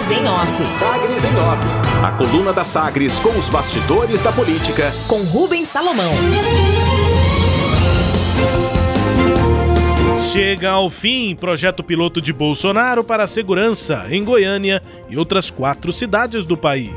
Sagres em Off. Sagres em Off. A coluna da Sagres com os bastidores da política. Com Rubens Salomão. Chega ao fim projeto piloto de Bolsonaro para a segurança em Goiânia e outras 4 cidades do país.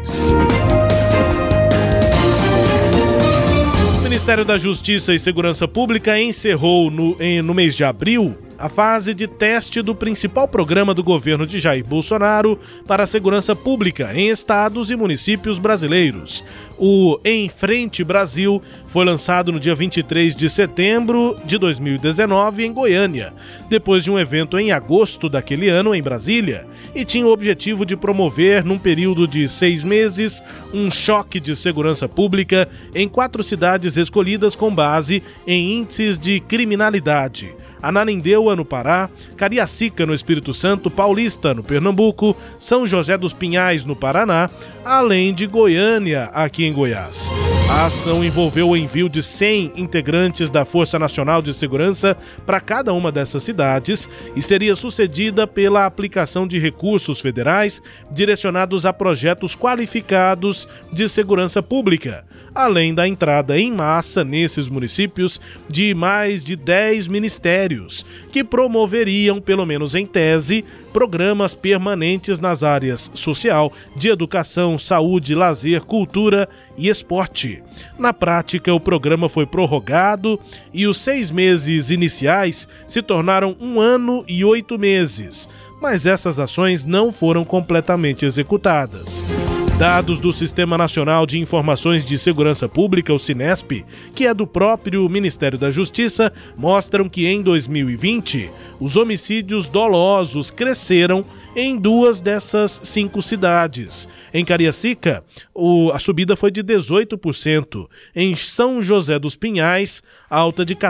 O Ministério da Justiça e Segurança Pública encerrou no mês de abril a fase de teste do principal programa do governo de Jair Bolsonaro para a segurança pública em estados e municípios brasileiros. O Em Frente Brasil foi lançado no dia 23 de setembro de 2019 em Goiânia, depois de um evento em agosto daquele ano em Brasília, e tinha o objetivo de promover, num período de 6 meses, um choque de segurança pública em 4 cidades escolhidas com base em índices de criminalidade: Ananindeua, no Pará, Cariacica, no Espírito Santo, Paulista, no Pernambuco, São José dos Pinhais, no Paraná, além de Goiânia, aqui em Goiás. A ação envolveu o envio de 100 integrantes da Força Nacional de Segurança para cada uma dessas cidades e seria sucedida pela aplicação de recursos federais direcionados a projetos qualificados de segurança pública, além da entrada em massa nesses municípios de mais de 10 ministérios, que promoveriam, pelo menos em tese, programas permanentes nas áreas social, de educação, saúde, lazer, cultura e esporte. Na prática, o programa foi prorrogado e os 6 meses iniciais se tornaram 1 ano e 8 meses, mas essas ações não foram completamente executadas. Dados do Sistema Nacional de Informações de Segurança Pública, o SINESP, que é do próprio Ministério da Justiça, mostram que em 2020 os homicídios dolosos cresceram em 2 dessas 5 cidades. Em Cariacica, a subida foi de 18%. Em São José dos Pinhais, alta de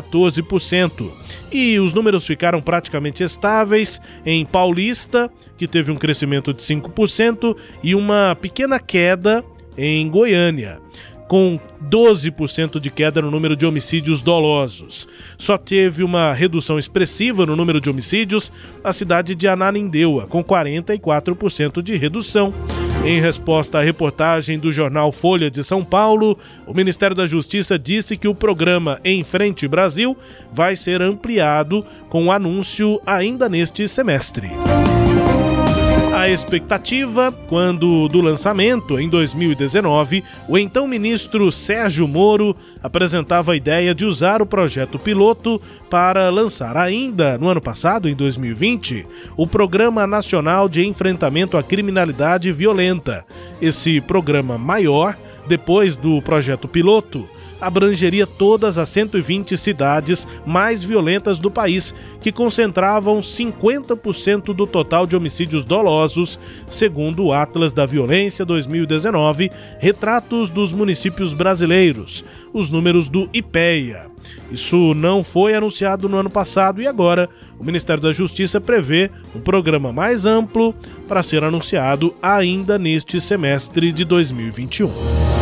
14%. E os números ficaram praticamente estáveis em Paulista, que teve um crescimento de 5%, e uma pequena queda em Goiânia, com 12% de queda no número de homicídios dolosos. Só teve uma redução expressiva no número de homicídios a cidade de Ananindeua, com 44% de redução. Em resposta à reportagem do jornal Folha de São Paulo, o Ministério da Justiça disse que o programa Em Frente Brasil vai ser ampliado com o anúncio ainda neste semestre. A expectativa, quando do lançamento, em 2019, o então ministro Sérgio Moro apresentava a ideia de usar o projeto piloto para lançar ainda no ano passado, em 2020, o Programa Nacional de Enfrentamento à Criminalidade Violenta. Esse programa maior, depois do projeto piloto, abrangeria todas as 120 cidades mais violentas do país, que concentravam 50% do total de homicídios dolosos, segundo o Atlas da Violência 2019, Retratos dos Municípios Brasileiros, os números do IPEA. Isso não foi anunciado no ano passado e agora o Ministério da Justiça prevê um programa mais amplo para ser anunciado ainda neste semestre de 2021.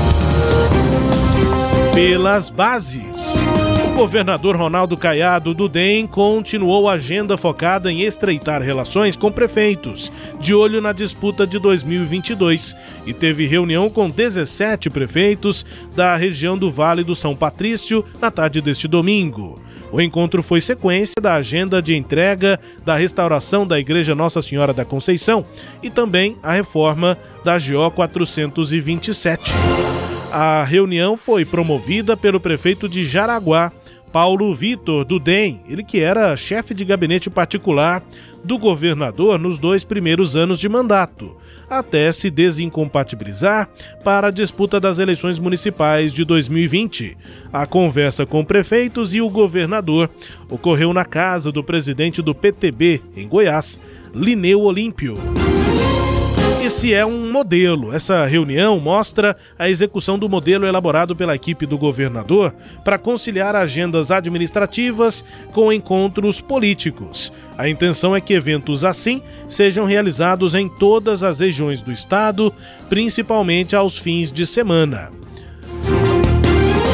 Pelas bases. O governador Ronaldo Caiado do DEM continuou a agenda focada em estreitar relações com prefeitos, de olho na disputa de 2022, e teve reunião com 17 prefeitos da região do Vale do São Patrício na tarde deste domingo. O encontro foi sequência da agenda de entrega da restauração da Igreja Nossa Senhora da Conceição e também a reforma da GO 427. A reunião foi promovida pelo prefeito de Jaraguá, Paulo Vitor, do DEM, ele que era chefe de gabinete particular do governador nos 2 primeiros anos de mandato, até se desincompatibilizar para a disputa das eleições municipais de 2020. A conversa com prefeitos e o governador ocorreu na casa do presidente do PTB, em Goiás, Lineu Olímpio. Esse é um modelo. Essa reunião mostra a execução do modelo elaborado pela equipe do governador para conciliar agendas administrativas com encontros políticos. A intenção é que eventos assim sejam realizados em todas as regiões do estado, principalmente aos fins de semana.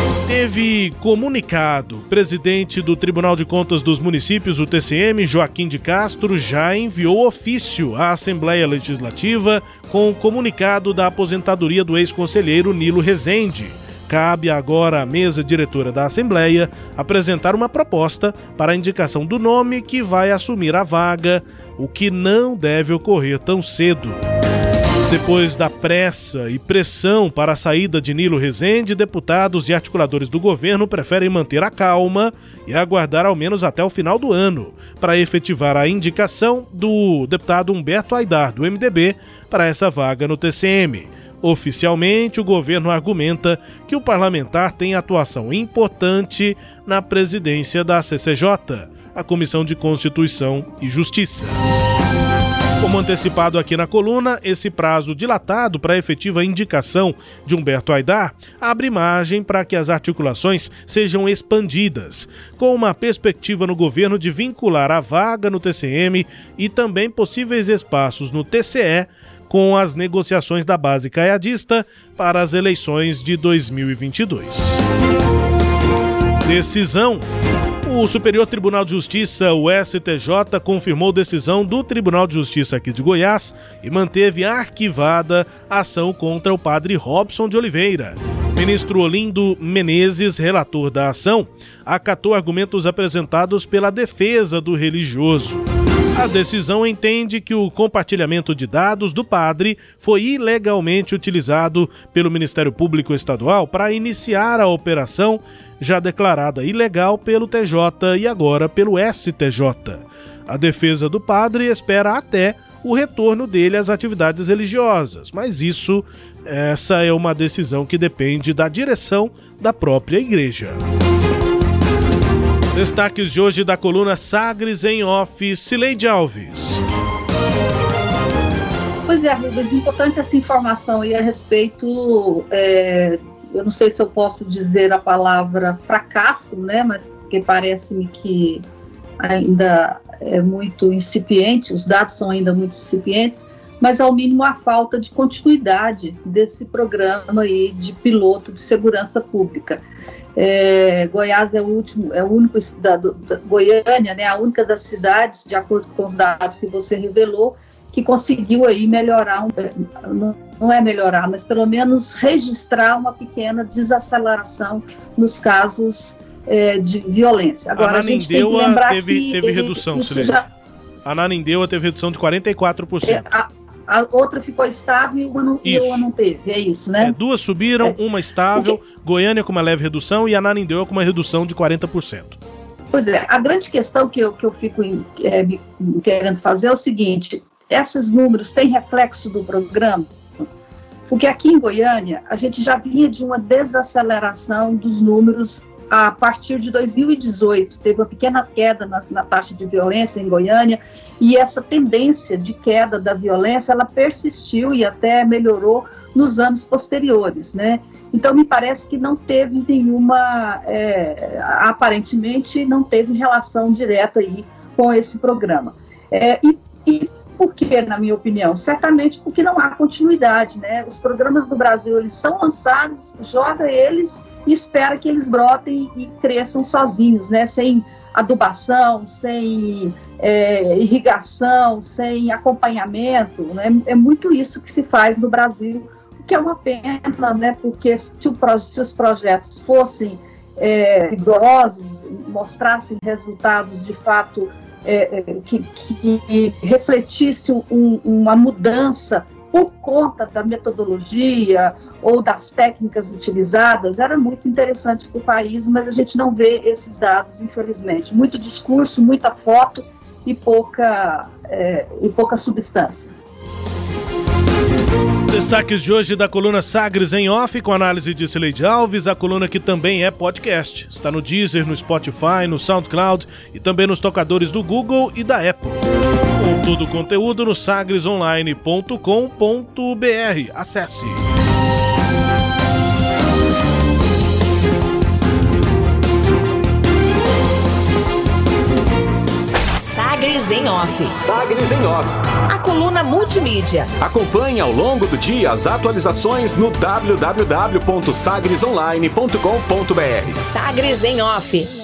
teve comunicado. O presidente do Tribunal de Contas dos Municípios, o TCM, Joaquim de Castro, já enviou ofício à Assembleia Legislativa com o comunicado da aposentadoria do ex-conselheiro Nilo Rezende. Cabe agora à mesa diretora da Assembleia apresentar uma proposta para a indicação do nome que vai assumir a vaga, o que não deve ocorrer tão cedo. Depois da pressa e pressão para a saída de Nilo Rezende, deputados e articuladores do governo preferem manter a calma e aguardar ao menos até o final do ano para efetivar a indicação do deputado Humberto Aidar, do MDB, para essa vaga no TCM. Oficialmente, o governo argumenta que o parlamentar tem atuação importante na presidência da CCJ, a Comissão de Constituição e Justiça. Como antecipado aqui na coluna, esse prazo dilatado para a efetiva indicação de Humberto Aidar abre margem para que as articulações sejam expandidas, com uma perspectiva no governo de vincular a vaga no TCM e também possíveis espaços no TCE com as negociações da base caiadista para as eleições de 2022. Decisão. O Superior Tribunal de Justiça, o STJ, confirmou decisão do Tribunal de Justiça aqui de Goiás e manteve arquivada a ação contra o padre Robson de Oliveira. Ministro Olindo Menezes, relator da ação, acatou argumentos apresentados pela defesa do religioso. A decisão entende que o compartilhamento de dados do padre foi ilegalmente utilizado pelo Ministério Público Estadual para iniciar a operação já declarada ilegal pelo TJ e agora pelo STJ. A defesa do padre espera até o retorno dele às atividades religiosas, mas essa é uma decisão que depende da direção da própria igreja. Destaques de hoje da coluna Sagres em Off, Cileide Alves. Pois é, Rubens, importante essa informação aí a respeito, eu não sei se eu posso dizer a palavra fracasso, né, mas porque parece-me que ainda é muito incipiente, os dados são ainda muito incipientes, mas ao mínimo a falta de continuidade desse programa aí de piloto de segurança pública. Goiás é o único estado, Goiânia, né, a única das cidades, de acordo com os dados que você revelou, que conseguiu aí melhorar, não é melhorar, mas pelo menos registrar uma pequena desaceleração nos casos de violência. Agora, a gente tem que lembrar teve redução, A Ananindeua teve redução de 44%. A outra ficou estável e uma não teve, é isso, né? Duas subiram, uma estável, Goiânia com uma leve redução e a Ananindeua com uma redução de 40%. Pois é, a grande questão que eu fico querendo fazer é o seguinte: esses números têm reflexo do programa? Porque aqui em Goiânia, a gente já vinha de uma desaceleração dos números a partir de 2018. Teve uma pequena queda na taxa de violência em Goiânia, e essa tendência de queda da violência, ela persistiu e até melhorou nos anos posteriores, né? Então, me parece que não teve nenhuma, aparentemente, não teve relação direta aí com esse programa. E por que, na minha opinião? Certamente porque não há continuidade, né? Os programas do Brasil, eles são lançados, joga eles e espera que eles brotem e cresçam sozinhos, né? Sem adubação, sem irrigação, sem acompanhamento, né? É muito isso que se faz no Brasil, o que é uma pena, né? Porque se os projetos fossem rigorosos, mostrassem resultados de fato que refletisse uma mudança por conta da metodologia ou das técnicas utilizadas, era muito interessante para o país, mas a gente não vê esses dados, infelizmente. Muito discurso, muita foto e pouca substância. Destaques de hoje da coluna Sagres em Off, com análise de Cileide Alves, a coluna que também é podcast. Está no Deezer, no Spotify, no SoundCloud e também nos tocadores do Google e da Apple. Com todo o conteúdo no sagresonline.com.br. Acesse! Sagres em Off. Sagres em Off. A coluna multimídia. Acompanhe ao longo do dia as atualizações no www.sagresonline.com.br. Sagres em Off.